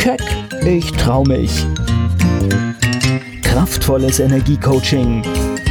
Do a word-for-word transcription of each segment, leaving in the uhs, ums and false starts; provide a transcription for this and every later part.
Keck, ich trau mich. Kraftvolles Energiecoaching.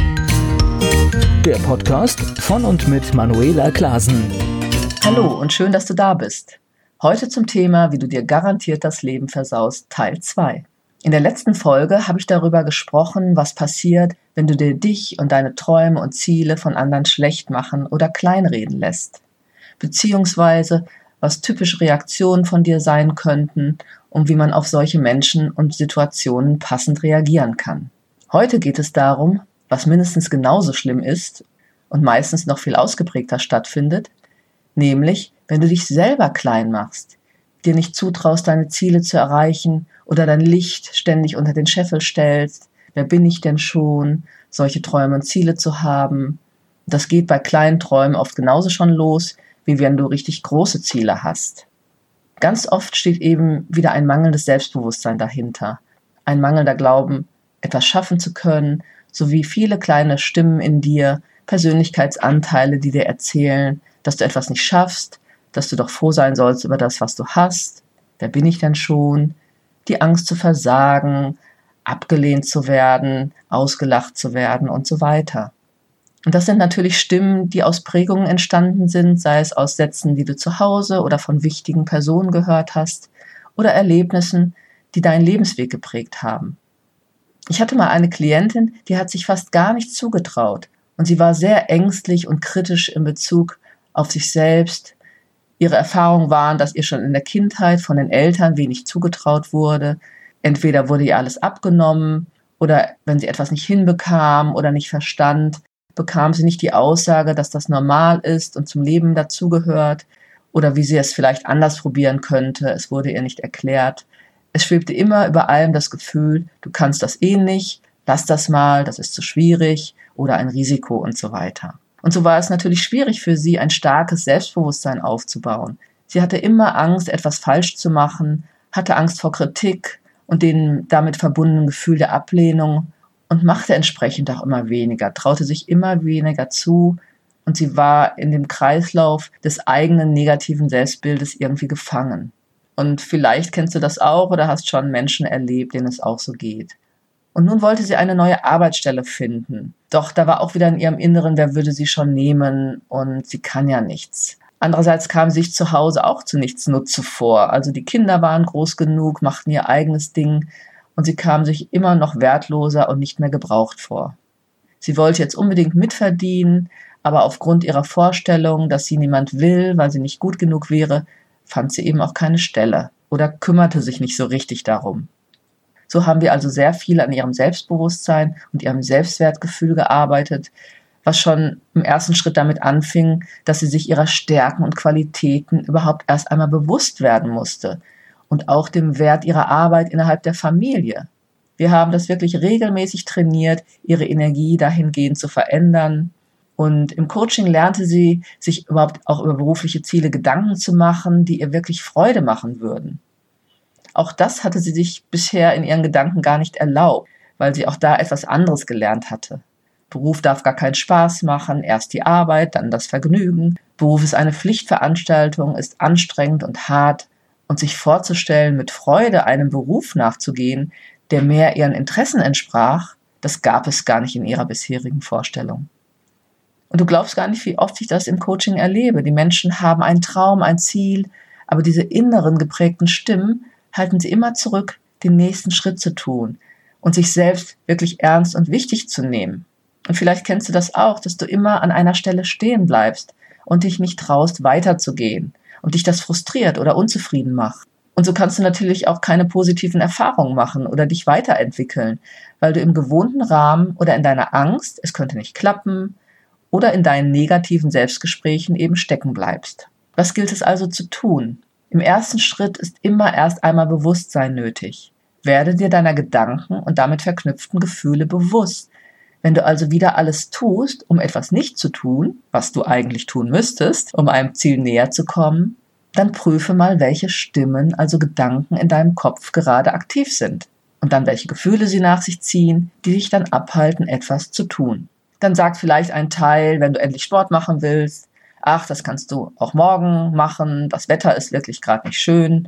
Der Podcast von und mit Manuela Klasen. Hallo und schön, dass du da bist. Heute zum Thema, wie du dir garantiert das Leben versaust, Teil zwei. In der letzten Folge habe ich darüber gesprochen, was passiert, wenn du dir dich und deine Träume und Ziele von anderen schlecht machen oder kleinreden lässt. Beziehungsweise, was typische Reaktionen von dir sein könnten und wie man auf solche Menschen und Situationen passend reagieren kann. Heute geht es darum, was mindestens genauso schlimm ist und meistens noch viel ausgeprägter stattfindet, nämlich, wenn du dich selber klein machst, dir nicht zutraust, deine Ziele zu erreichen oder dein Licht ständig unter den Scheffel stellst. Wer bin ich denn schon, solche Träume und Ziele zu haben? Das geht bei kleinen Träumen oft genauso schon los, wie wenn du richtig große Ziele hast. Ganz oft steht eben wieder ein mangelndes Selbstbewusstsein dahinter, ein mangelnder Glauben, etwas schaffen zu können, sowie viele kleine Stimmen in dir, Persönlichkeitsanteile, die dir erzählen, dass du etwas nicht schaffst, dass du doch froh sein sollst über das, was du hast. Wer bin ich denn schon? Die Angst zu versagen, abgelehnt zu werden, ausgelacht zu werden und so weiter. Und das sind natürlich Stimmen, die aus Prägungen entstanden sind, sei es aus Sätzen, die du zu Hause oder von wichtigen Personen gehört hast oder Erlebnissen, die deinen Lebensweg geprägt haben. Ich hatte mal eine Klientin, die hat sich fast gar nicht zugetraut und sie war sehr ängstlich und kritisch in Bezug auf sich selbst. Ihre Erfahrungen waren, dass ihr schon in der Kindheit von den Eltern wenig zugetraut wurde. Entweder wurde ihr alles abgenommen oder wenn sie etwas nicht hinbekam oder nicht verstand, bekam sie nicht die Aussage, dass das normal ist und zum Leben dazugehört oder wie sie es vielleicht anders probieren könnte. Es wurde ihr nicht erklärt. Es schwebte immer über allem das Gefühl, du kannst das eh nicht, lass das mal, das ist zu schwierig oder ein Risiko und so weiter. Und so war es natürlich schwierig für sie, ein starkes Selbstbewusstsein aufzubauen. Sie hatte immer Angst, etwas falsch zu machen, hatte Angst vor Kritik und dem damit verbundenen Gefühl der Ablehnung und machte entsprechend auch immer weniger, traute sich immer weniger zu und sie war in dem Kreislauf des eigenen negativen Selbstbildes irgendwie gefangen. Und vielleicht kennst du das auch oder hast schon Menschen erlebt, denen es auch so geht. Und nun wollte sie eine neue Arbeitsstelle finden. Doch da war auch wieder in ihrem Inneren, wer würde sie schon nehmen und sie kann ja nichts. Andererseits kam sie sich zu Hause auch zu nichts Nutze vor. Also die Kinder waren groß genug, machten ihr eigenes Ding und sie kam sich immer noch wertloser und nicht mehr gebraucht vor. Sie wollte jetzt unbedingt mitverdienen, aber aufgrund ihrer Vorstellung, dass sie niemand will, weil sie nicht gut genug wäre, fand sie eben auch keine Stelle oder kümmerte sich nicht so richtig darum. So haben wir also sehr viel an ihrem Selbstbewusstsein und ihrem Selbstwertgefühl gearbeitet, was schon im ersten Schritt damit anfing, dass sie sich ihrer Stärken und Qualitäten überhaupt erst einmal bewusst werden musste und auch dem Wert ihrer Arbeit innerhalb der Familie. Wir haben das wirklich regelmäßig trainiert, ihre Energie dahingehend zu verändern. Und im Coaching lernte sie, sich überhaupt auch über berufliche Ziele Gedanken zu machen, die ihr wirklich Freude machen würden. Auch das hatte sie sich bisher in ihren Gedanken gar nicht erlaubt, weil sie auch da etwas anderes gelernt hatte. Beruf darf gar keinen Spaß machen, erst die Arbeit, dann das Vergnügen. Beruf ist eine Pflichtveranstaltung, ist anstrengend und hart. Und sich vorzustellen, mit Freude einem Beruf nachzugehen, der mehr ihren Interessen entsprach, das gab es gar nicht in ihrer bisherigen Vorstellung. Und du glaubst gar nicht, wie oft ich das im Coaching erlebe. Die Menschen haben einen Traum, ein Ziel, aber diese inneren geprägten Stimmen halten sie immer zurück, den nächsten Schritt zu tun und sich selbst wirklich ernst und wichtig zu nehmen. Und vielleicht kennst du das auch, dass du immer an einer Stelle stehen bleibst und dich nicht traust, weiterzugehen und dich das frustriert oder unzufrieden macht. Und so kannst du natürlich auch keine positiven Erfahrungen machen oder dich weiterentwickeln, weil du im gewohnten Rahmen oder in deiner Angst, es könnte nicht klappen, oder in deinen negativen Selbstgesprächen eben stecken bleibst. Was gilt es also zu tun? Im ersten Schritt ist immer erst einmal Bewusstsein nötig. Werde dir deiner Gedanken und damit verknüpften Gefühle bewusst. Wenn du also wieder alles tust, um etwas nicht zu tun, was du eigentlich tun müsstest, um einem Ziel näher zu kommen, dann prüfe mal, welche Stimmen, also Gedanken in deinem Kopf gerade aktiv sind. Und dann welche Gefühle sie nach sich ziehen, die dich dann abhalten, etwas zu tun. Dann sagt vielleicht ein Teil, wenn du endlich Sport machen willst, ach, das kannst du auch morgen machen, das Wetter ist wirklich gerade nicht schön.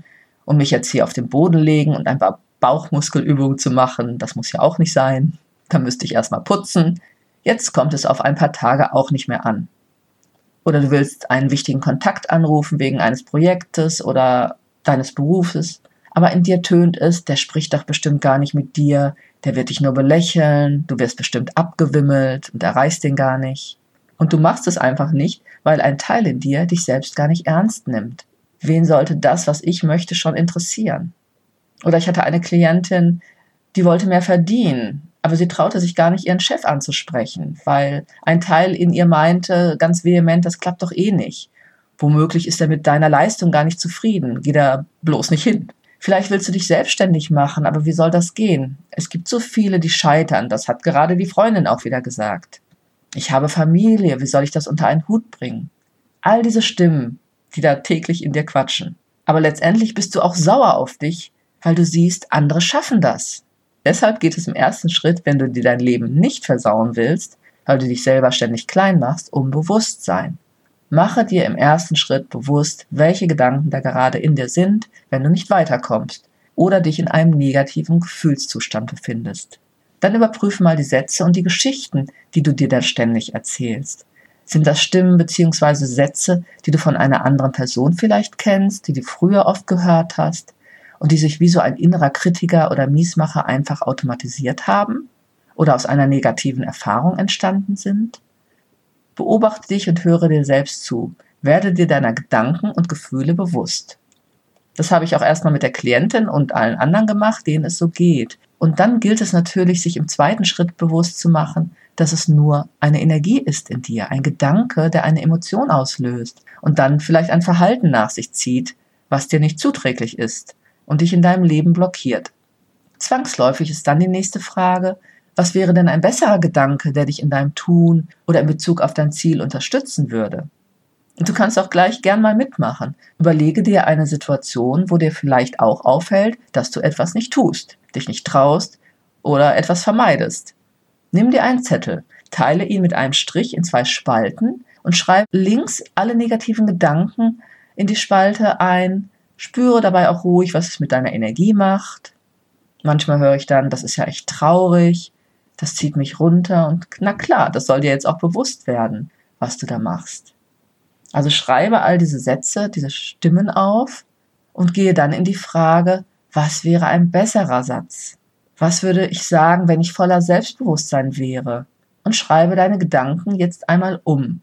und mich jetzt hier auf den Boden legen und ein paar Bauchmuskelübungen zu machen, das muss ja auch nicht sein. Da müsste ich erstmal putzen. Jetzt kommt es auf ein paar Tage auch nicht mehr an. Oder du willst einen wichtigen Kontakt anrufen wegen eines Projektes oder deines Berufes. Aber in dir tönt es, der spricht doch bestimmt gar nicht mit dir, der wird dich nur belächeln, du wirst bestimmt abgewimmelt und erreichst den gar nicht. Und du machst es einfach nicht, weil ein Teil in dir dich selbst gar nicht ernst nimmt. Wen sollte das, was ich möchte, schon interessieren? Oder ich hatte eine Klientin, die wollte mehr verdienen, aber sie traute sich gar nicht, ihren Chef anzusprechen, weil ein Teil in ihr meinte, ganz vehement, das klappt doch eh nicht. Womöglich ist er mit deiner Leistung gar nicht zufrieden, geh da bloß nicht hin. Vielleicht willst du dich selbstständig machen, aber wie soll das gehen? Es gibt so viele, die scheitern, das hat gerade die Freundin auch wieder gesagt. Ich habe Familie, wie soll ich das unter einen Hut bringen? All diese Stimmen, die da täglich in dir quatschen. Aber letztendlich bist du auch sauer auf dich, weil du siehst, andere schaffen das. Deshalb geht es im ersten Schritt, wenn du dir dein Leben nicht versauen willst, weil du dich selber ständig klein machst, um Bewusstsein. Mache dir im ersten Schritt bewusst, welche Gedanken da gerade in dir sind, wenn du nicht weiterkommst oder dich in einem negativen Gefühlszustand befindest. Dann überprüfe mal die Sätze und die Geschichten, die du dir da ständig erzählst. Sind das Stimmen bzw. Sätze, die du von einer anderen Person vielleicht kennst, die du früher oft gehört hast und die sich wie so ein innerer Kritiker oder Miesmacher einfach automatisiert haben oder aus einer negativen Erfahrung entstanden sind? Beobachte dich und höre dir selbst zu. Werde dir deiner Gedanken und Gefühle bewusst. Das habe ich auch erstmal mit der Klientin und allen anderen gemacht, denen es so geht. Und dann gilt es natürlich, sich im zweiten Schritt bewusst zu machen, dass es nur eine Energie ist in dir, ein Gedanke, der eine Emotion auslöst und dann vielleicht ein Verhalten nach sich zieht, was dir nicht zuträglich ist und dich in deinem Leben blockiert. Zwangsläufig ist dann die nächste Frage, was wäre denn ein besserer Gedanke, der dich in deinem Tun oder in Bezug auf dein Ziel unterstützen würde? Und du kannst auch gleich gern mal mitmachen. Überlege dir eine Situation, wo dir vielleicht auch auffällt, dass du etwas nicht tust, dich nicht traust oder etwas vermeidest. Nimm dir einen Zettel, teile ihn mit einem Strich in zwei Spalten und schreib links alle negativen Gedanken in die Spalte ein. Spüre dabei auch ruhig, was es mit deiner Energie macht. Manchmal höre ich dann, das ist ja echt traurig, das zieht mich runter und na klar, das soll dir jetzt auch bewusst werden, was du da machst. Also schreibe all diese Sätze, diese Stimmen auf und gehe dann in die Frage, was wäre ein besserer Satz? Was würde ich sagen, wenn ich voller Selbstbewusstsein wäre? Und schreibe deine Gedanken jetzt einmal um.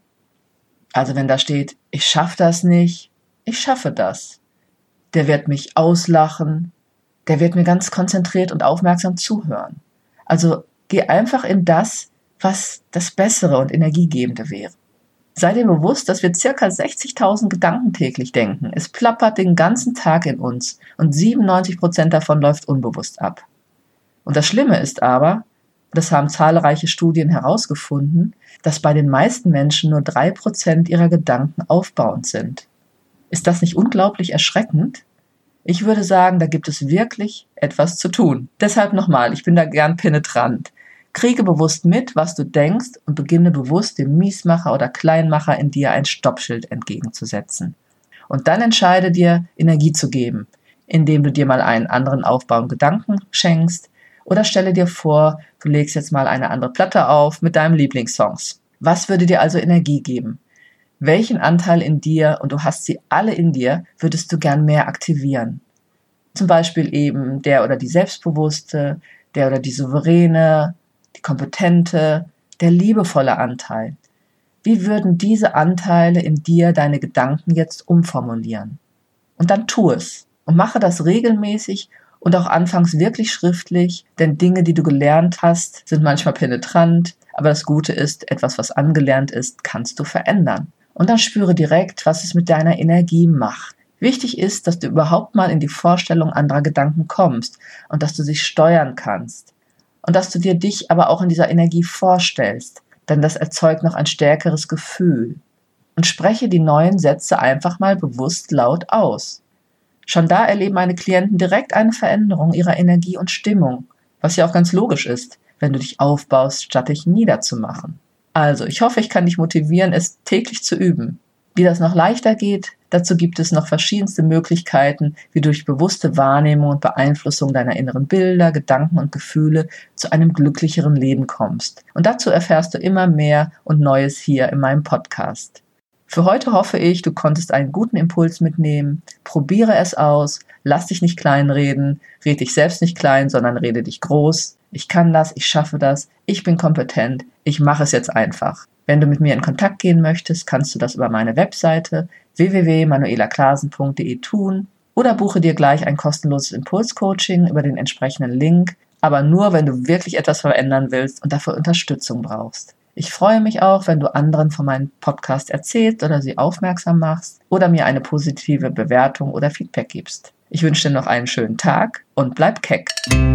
Also wenn da steht, ich schaffe das nicht, ich schaffe das. Der wird mich auslachen, der wird mir ganz konzentriert und aufmerksam zuhören. Also geh einfach in das, was das Bessere und Energiegebende wäre. Sei dir bewusst, dass wir ca. sechzigtausend Gedanken täglich denken. Es plappert den ganzen Tag in uns und siebenundneunzig Prozent davon läuft unbewusst ab. Und das Schlimme ist aber, das haben zahlreiche Studien herausgefunden, dass bei den meisten Menschen nur drei Prozent ihrer Gedanken aufbauend sind. Ist das nicht unglaublich erschreckend? Ich würde sagen, da gibt es wirklich etwas zu tun. Deshalb nochmal, ich bin da gern penetrant. Kriege bewusst mit, was du denkst und beginne bewusst dem Miesmacher oder Kleinmacher in dir ein Stoppschild entgegenzusetzen. Und dann entscheide dir, Energie zu geben, indem du dir mal einen anderen aufbauenden Gedanken schenkst oder stelle dir vor, du legst jetzt mal eine andere Platte auf mit deinem Lieblingssongs. Was würde dir also Energie geben? Welchen Anteil in dir, und du hast sie alle in dir, würdest du gern mehr aktivieren? Zum Beispiel eben der oder die Selbstbewusste, der oder die Souveräne, die kompetente, der liebevolle Anteil. Wie würden diese Anteile in dir deine Gedanken jetzt umformulieren? Und dann tu es und mache das regelmäßig und auch anfangs wirklich schriftlich, denn Dinge, die du gelernt hast, sind manchmal penetrant, aber das Gute ist, etwas, was angelernt ist, kannst du verändern. Und dann spüre direkt, was es mit deiner Energie macht. Wichtig ist, dass du überhaupt mal in die Vorstellung anderer Gedanken kommst und dass du sie steuern kannst. Und dass du dir dich aber auch in dieser Energie vorstellst, denn das erzeugt noch ein stärkeres Gefühl. Und spreche die neuen Sätze einfach mal bewusst laut aus. Schon da erleben meine Klienten direkt eine Veränderung ihrer Energie und Stimmung, was ja auch ganz logisch ist, wenn du dich aufbaust, statt dich niederzumachen. Also, ich hoffe, ich kann dich motivieren, es täglich zu üben. Wie das noch leichter geht, Dazu gibt es noch verschiedenste Möglichkeiten, wie du durch bewusste Wahrnehmung und Beeinflussung deiner inneren Bilder, Gedanken und Gefühle zu einem glücklicheren Leben kommst. Und dazu erfährst du immer mehr und Neues hier in meinem Podcast. Für heute hoffe ich, du konntest einen guten Impuls mitnehmen. Probiere es aus, lass dich nicht kleinreden, red dich selbst nicht klein, sondern rede dich groß. Ich kann das, ich schaffe das, ich bin kompetent, ich mache es jetzt einfach. Wenn du mit mir in Kontakt gehen möchtest, kannst du das über meine Webseite w w w punkt manuela klasen punkt d e tun oder buche dir gleich ein kostenloses Impulscoaching über den entsprechenden Link, aber nur, wenn du wirklich etwas verändern willst und dafür Unterstützung brauchst. Ich freue mich auch, wenn du anderen von meinem Podcast erzählst oder sie aufmerksam machst oder mir eine positive Bewertung oder Feedback gibst. Ich wünsche dir noch einen schönen Tag und bleib keck.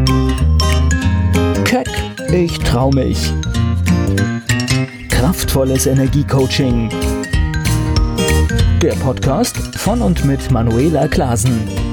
Keck, ich trau mich. Kraftvolles Energiecoaching. Der Podcast von und mit Manuela Klasen.